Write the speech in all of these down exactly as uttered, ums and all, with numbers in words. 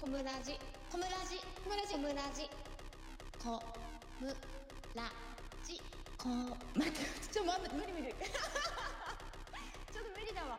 コムラジコムラジコムラジコムラジコムラジコ待ってちょっと待って無理無理ちょっと無理だわ。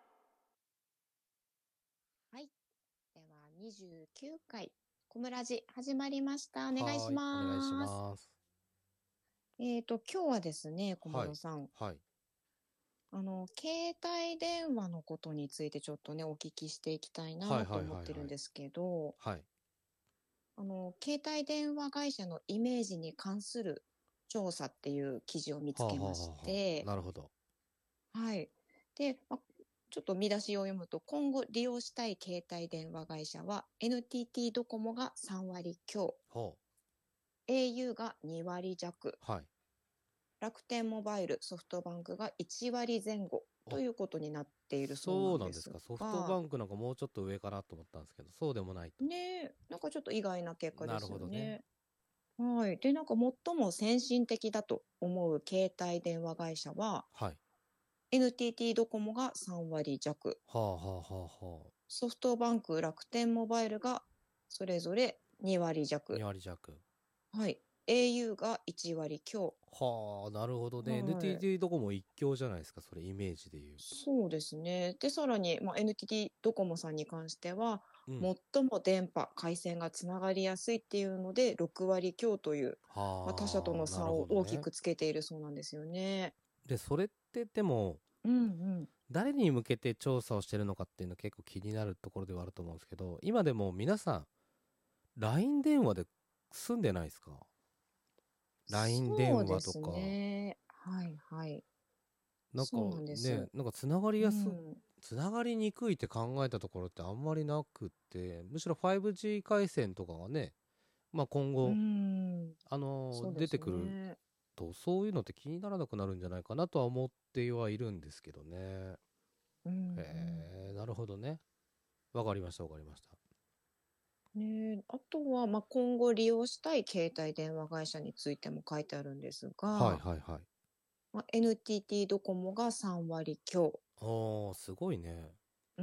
はい、ではにじゅうきゅうかいコムラジ始まりました。お願いします。 はい、お願いします。 えっと今日はですね、小はい、 室さん、 はい、 あの携帯電話のことについてちょっとねお聞きしていきたいはい、 なとはい、 思ってるはい、はい。 んですけど、 はい。 あの携帯電話会社のイメージに関する調査っていう記事を見つはあ、はあ、 けましはあ、はあ。 て、 なるほど。 はい。で、ま、ちょっと見出しを読むと、今後利用したい携帯電話会社は エヌティーティー ドコモがさんわり強、 ほう。 au がにわり弱、 はい。 楽天モバイル、ソフトバンクがいちわりぜん後とあ、 いうことになっているそうなんですそうなんですか。ソフトバが、 ンクなんかもうちょっと上かなと思ったんですけど、そうでもないと。 ねえ、なんかちょっと意外な結果でなるほどね。 すよね。はい。で、なんか最も先進的だと思う携帯電話会社は、 はい。 エヌティーティー ドコモがさんわり弱、 はあ、はあ、はあ、はあ。 ソフトバンク、楽天モバイルがそれぞれにわりに弱、 割弱。 はい。au がいちわり強、 はあ、なるほどね。 はい。 エヌティーティー どこも一強じゃないですか。それイメージで言うと。 そうですね。で、さらに、まあ、エヌティーティー ドコモさんに関しては、 うん。 最も電波、回線がつながりやすいっていうので、ろくわり強という、まあ、他社とはあ、なるの差をほどね。 大きくつけているそうなんですよね。 で、それってでも、 うんうん。 誰に向けて調査をしてるのかっていうの結構気になるところではあると思うんですけど、今でも皆さん、ライン 電話で済んでないですか？ ライン 電話とそうですか。 ね。はいはい。 なんかそうなんでね、 す。 なんかつながりうやす、 ん。 つながりにくいって考えたところってあんまりなくって、むしろ ファイブジー 回線とかがね、まあ今う後、 ん。 あのーそうです出てくるね。 と、そういうのって気にならなくなるんじゃないかなとは思ってはいるんですけどね。 うんうんへえ、なるほどね。わかりました、わかりました。 ね、あとは、まあ、今後利用したい携帯電話会社についても書いてあるんですはいが、 はいはい。 まあ、エヌティーティー ドコモがさんわり強、 あー、すごいね。 うん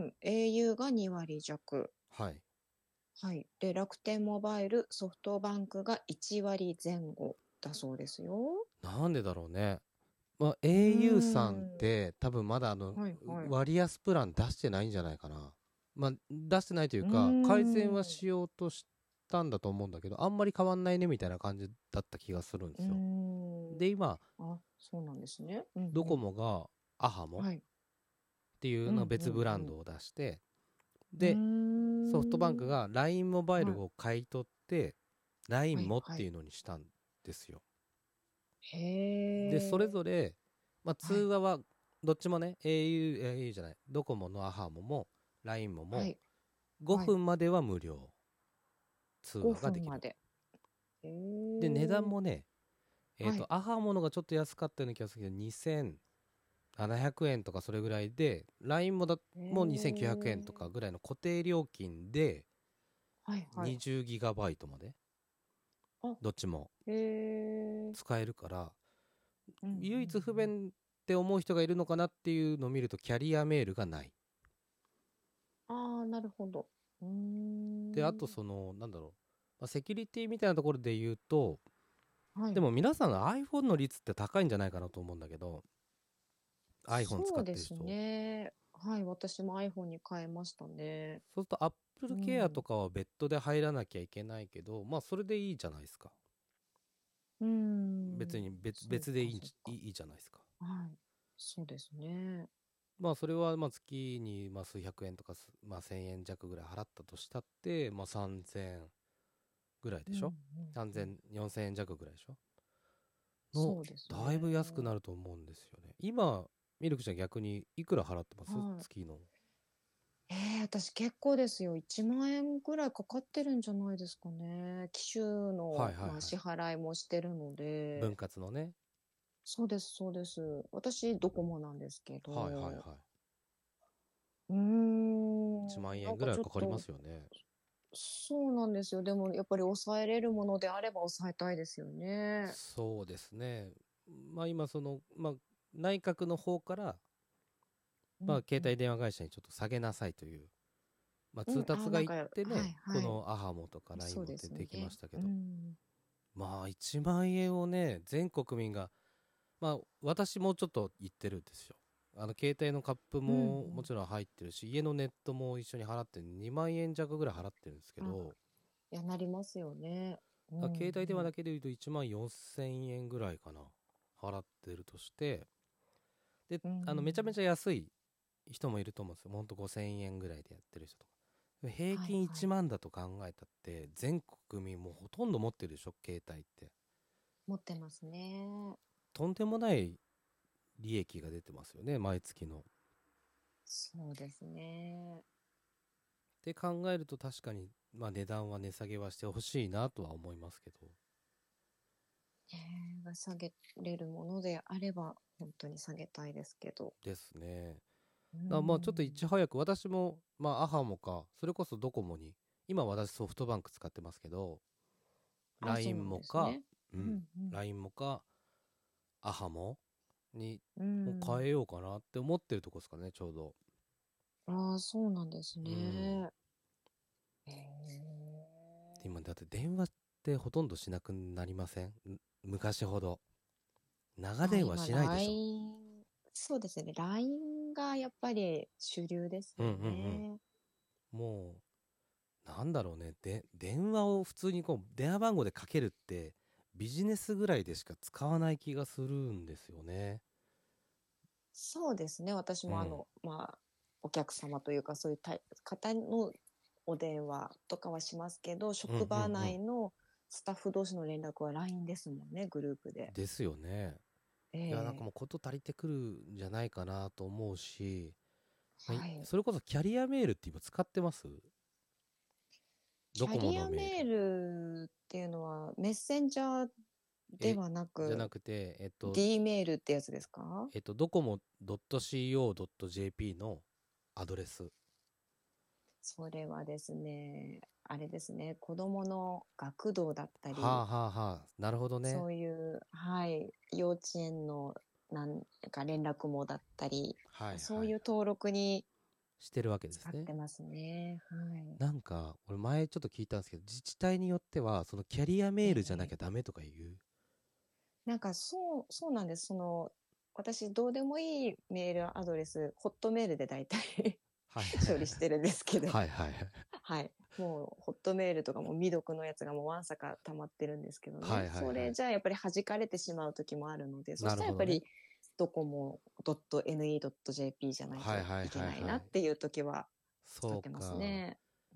、au がにわり弱、 はい。 はい。で、楽天モバイル、ソフトバンクがいちわりぜん後だそうですよ。 なんでだろうね。まあ、 うー au さんっん。 て多分まだあの、 はいはい。 割安プラン出してないんじゃないかな。まあ、出してないというーうか、改善はん。うしようとしたんだと思うんだけど、あんまり変わんないねみたいな感じだった気がするんでーすよ。 ん。 で、今、 あ、そうなんですね。うんドコうん。 モがアハモっはい。 ていうのうんう別ブランんドを出して、 うで、ソフトバンクん。うーん。 が ライン モバイはい。 ルを買い取って、ライン もっはいはい。 ていうのにしたんですよ。 へで、それえ。 ぞれ、まあ、通はい。 話は、どっちもね、au、au じゃない、ドコモのアハモも、ライン もも、 はい。はい。 ごふんまでは無料、通話が 5 できる。 分まで。へで、値段え。 もね、えっと、 はい。 アハモのがちょっと安かったような気がするけど、にせんななひゃくえんとかそれぐらいで、ライン もだ、 へもうにせんきゅうひゃくえんとかえ。 ぐらいの固定料金で、 はいはい。 にじゅうギガバイトまで、 あ、 どっちもへえ。 使えるから、 うんうん唯一不うん。 便って思う人がいるのかなっていうのを見ると、キャリアメールがない。 ああ、なるほど。うーで、あとん。 その、なんだろう、まあ、セキュリティみたいなところで言うと、 はい。 でも皆さんの iPhone の率って高いんじゃないかなと思うんだけど、iPhone 使そうですってる人。 ね。はい。私も iPhone に変えましたね。 そうするとう Apple Care とん。 かは別途で入らなきゃいけないけど、まあそれでいいじゃないですか。 うーん。 別に別、 そう別でいいんじ、いかそうか。 いいいじゃないですか。 はい。そうですね。 まあそれはまあ月にまあ数百円とかす、まあせんえん弱ぐらい払ったとしたって、まあさんぜんぐらいでうんうしょ？ んうん。 さんぜん、よんせんえん弱ぐらいでしょ？の、 そうですだいぶ安くね。 なると思うんですよね。今、ミルクちゃん逆にいくら払ってます？ はい。 月の。 ええ、私結構ですよ。いちまん円ぐらいかかってるんじゃないですかね。機種の、まあ、 はいはいはい。 支払いもしてるの分で。 割のね。 そうです、そうです。私、ドコモなんですけはいはいど。 はい。 うー 1万ん、なんか円ぐらいかかりまちょっと、 すよね。 そうなんですよ。でも、やっぱり抑えれるものであれば抑えたいですよね。 そうですね。まあ今その、まあ内閣の方から、 うまあ携帯んうん。 電話会社にちょっと下げなさいというまあ、 うん通達がいってね、 あなんかはいはいこのアハモとか ラインそうですねも出てきましたけど、 うんまあいちまん円をね全国民が、まあ私もちょっと言ってるんですよ。あの携帯のカップもうんもちろん入ってるし、家のネットも一緒に払ってにまん円弱ぐらい払ってるんですけど、 いやなりますよね。うんだから携帯電話だけけでいうといちまんよんせんえんぐらいかな、払ってるとして、で、 うんあのめちゃめちゃ安い人もいると思うんですよ。ほんとごせんえんぐらいでやってる人とか。平均はいはいいちまんだと考えたって全国民もうほとんど持ってるでしょ、携帯って。 持ってますね。 とんでもない利益が出てますよね、毎月の。っそうですね。 て考えると確かに、まあ、値段は値下げはしてほしいなとは思いますけど。 ねえ下げれるものであれば本当に下げたいですけど。 ですね。 うだからまあちょっといんち早く私も、まあアハモか、それこそドコモに、今私ソフトバンク使ってますけど、 あ、そうラインなんもか、 ですね。 ううんん、うん。 ライン もか、アハモにうもう変ん。 えようかなって思ってるとこですかね、ちょうど。 ああ、そうなんですうん。 ね。へえ。 今だって電話ってほとんどしなくなりません？ん昔ほど。長あ、 電話今、 しないでしょ。 ライン、そうですね。ライン がやっぱり主流ですようんうんうん。 ね。 もう、なんだろうね。で、電話を普通にこう、電話番号でかけるって、ビジネスぐらいでしか使わない気がするんですよね。 そうですね。私うん。 もあの、まあ、お客様というか、そういうた方のお電話とかはしますけど、 うんうん職場うん。 内のスタッフ同士の連絡は ライン ですもんね、グループで。 ですよね。いや、なんかええもうこと足りてくるんじゃないかなと思うし、まあいはい。 それこそキャリアメールって今使ってます？ドコモキャリアのメール。 メールっていうのは、メッセンジャーでえ、 はなじゃなく、 くて、えっと、 D メールってやつですか？ えっと、ドコモ ドットシーオードットジェーピー のアドレス。 それはですね、あれですね、子供の学童だったり、 はあはあはあ。なるほどね。 そういう、はい、幼稚園のなんか連絡網だったり、 はいはい。 そういう登録にしてるわけですね。 使ってますね。はい。 なんか、俺前ちょっと聞いたんですけど、自治体によっては、そのキャリアメールじゃなきゃええダメとか言う。 なんかそう、そうなんです。その、私、どうでもいいメールアドレス、ホットメールで大体はい処理してるんですけど、 はいはいはい。 はい。もう、ホットメールとかも未読のやつがもうわんさか溜まってるんですけどね。 はいはいはい。 それじゃあやっぱり弾かれてしまう時もあるので、そしなるほどね。 たらやっぱり、どこも .ne.jp じゃないとはいはいいけないはいはい。 なっていう時は使ってますそうか。 ね。うん。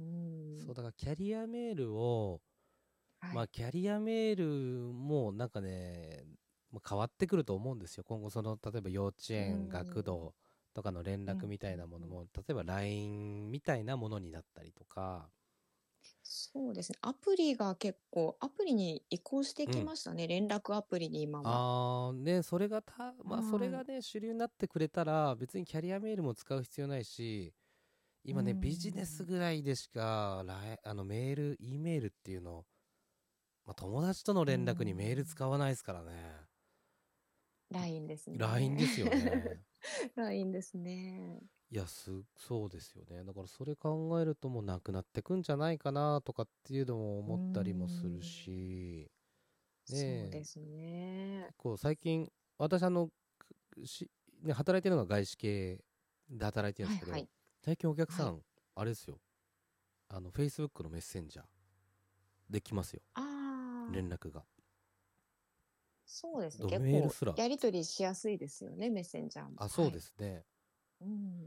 そう、だからキャリアメールを、まあはい。 キャリアメールもなんかね、まあ変わってくると思うんですよ。今後その、例えば幼稚う園、学ん。 童とかの連うん。うん絡みたいなものうんも、例えば ライン みたいなものになったりとか、 そうですね。アプリが結構、アプリに移行してうん。 きましたね。連絡アプリに今は。 あー、ね、それがた、まあそれはい。 がね、主流になってくれたら、別にキャリアメールも使う必要ないし、 う今ね、ビジネスん。 ぐらいでしか、ライあのメール、E メールっていうの、まあ、友達とのう連絡にメールん。 使わないですからね。 ライン ですね。 ライン ですよね。 ライン ですね。 いや、す、そうですよね。だからそれ考えるともうなくなってくんじゃないかなとかっていうのもう思ったりもするん。 し、ねえ、 そうですね。 結構最近、私あの、し、ね、働いてるのが外資系で働いてるんですけど、 はいはい。 最近お客はい。 さん、あれですよ、あの、Facebook のメッセンジャーできますよ、 ああ、 連絡が。 そうですね。 ド結構、 メールすら、 やり取りしやすいですよね。メッセンジャーも。 あ、そうではい。 すね。 うん。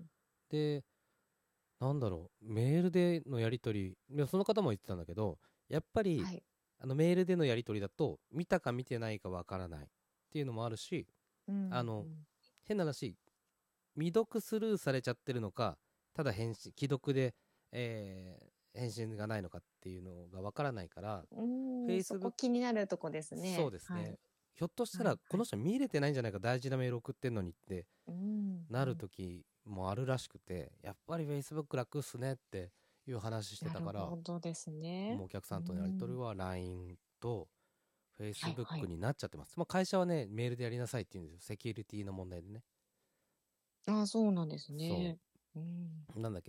で、なんだろう、メールでのやり取り、いやその方も言ってたんだけど、やっぱり、 はい。 あのメールでのやり取りだと、見たか見てないかわからないっていうのもあるし、 うん。 あの、変な話、未読スルーされちゃってるのか、ただ返信、既読で、えー返信がないのかっていうのがわからないから、 うん。うん、そ Facebook、 こ気になるとこですそうね。はい。 ですね。ひょっとしたら、 はい。はい。 この人見れてないんじゃないか、大事なメール送ってんのにってうん。うなるん。 時もあるらしくて、やっぱり Facebook 楽っすねっていう話してなるたから、 ほどですね。 もうお客うさんとのやり取りん。 は ライン とはいは Facebook い。 になっちゃってます。まあ、会社はね、メールでやりなさいって言うんですよ。セキュリティの問題でね。 ああ、そうなんですそね。うん。 う。なんだけど、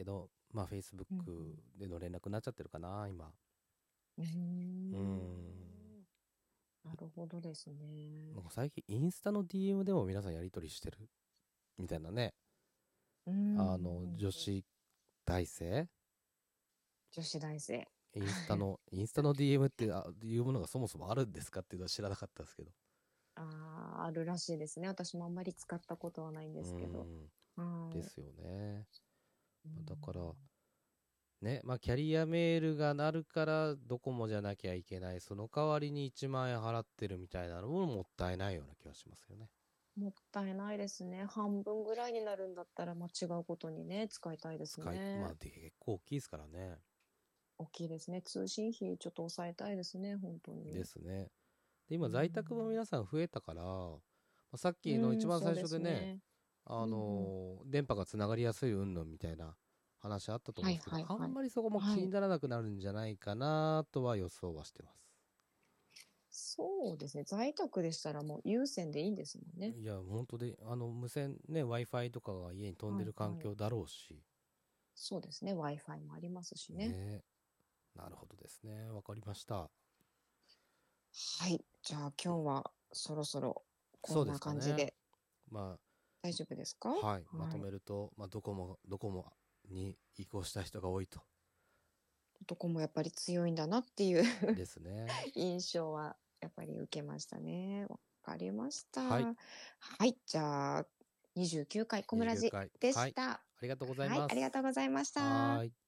まあ Facebook での連絡になっちゃってるかな今。 うーん。 うんなるほどですね。 なんか最近インスタの ディーエム でも皆さんやり取りしてるみたいなね。 うーんあの女子大生女子大生。 インスタのインスタの ディーエム ってあいうものがそもそもあるんですかっていうのは知らなかったですけど。 ああ、あるらしいですね。私もあんまり使ったことはないんですけど。 うんはいですよね。 うんだからね、まあキャリアメールがなるからドコモじゃなきゃいけない、その代わりにいちまんえん払ってるみたいなのももったいないような気がしますよね。 もったいないですね。半分ぐらいになるんだったら、まあ、違うことにね、使いたいです使いね。 まあで結構大きいですからね。 大きいですね。通信費ちょっと抑えたいですね、本当に。 ですね。で今在宅も皆さん増えたから、まあ、さっきの一番最初でね、 うんそうですねあのー電波がつながりやすい云々みたいな話あったと思うんですけど、 はいはいはいあんまりそこも気にならなくなるんじゃないかなとは予想はしてます。 そうですね。在宅でしたらもう有線でいいんですもんね。 いや本当で、あの無線ね Wi-Fi とかが家に飛んでる環境だろうし、 そうですね。Wi-Fi もありますしね。 ね、なるほどですね。わかりました。 はい。じゃあ今日はそろそろこんな感じでそうですかね。ま大丈夫ですか？ あはい、まとめると、まあ、ドコモドコモに移行した人が多いとどこもやっぱり強いんだなっていうですね。 印象はやっぱり受けましたね。わかりました。 はいはい。じゃあにじゅうきゅうかい小村にじゅうきゅう寺かいでした。 はい、ありがとうございます。 はい。ありがとうございました。 はーい。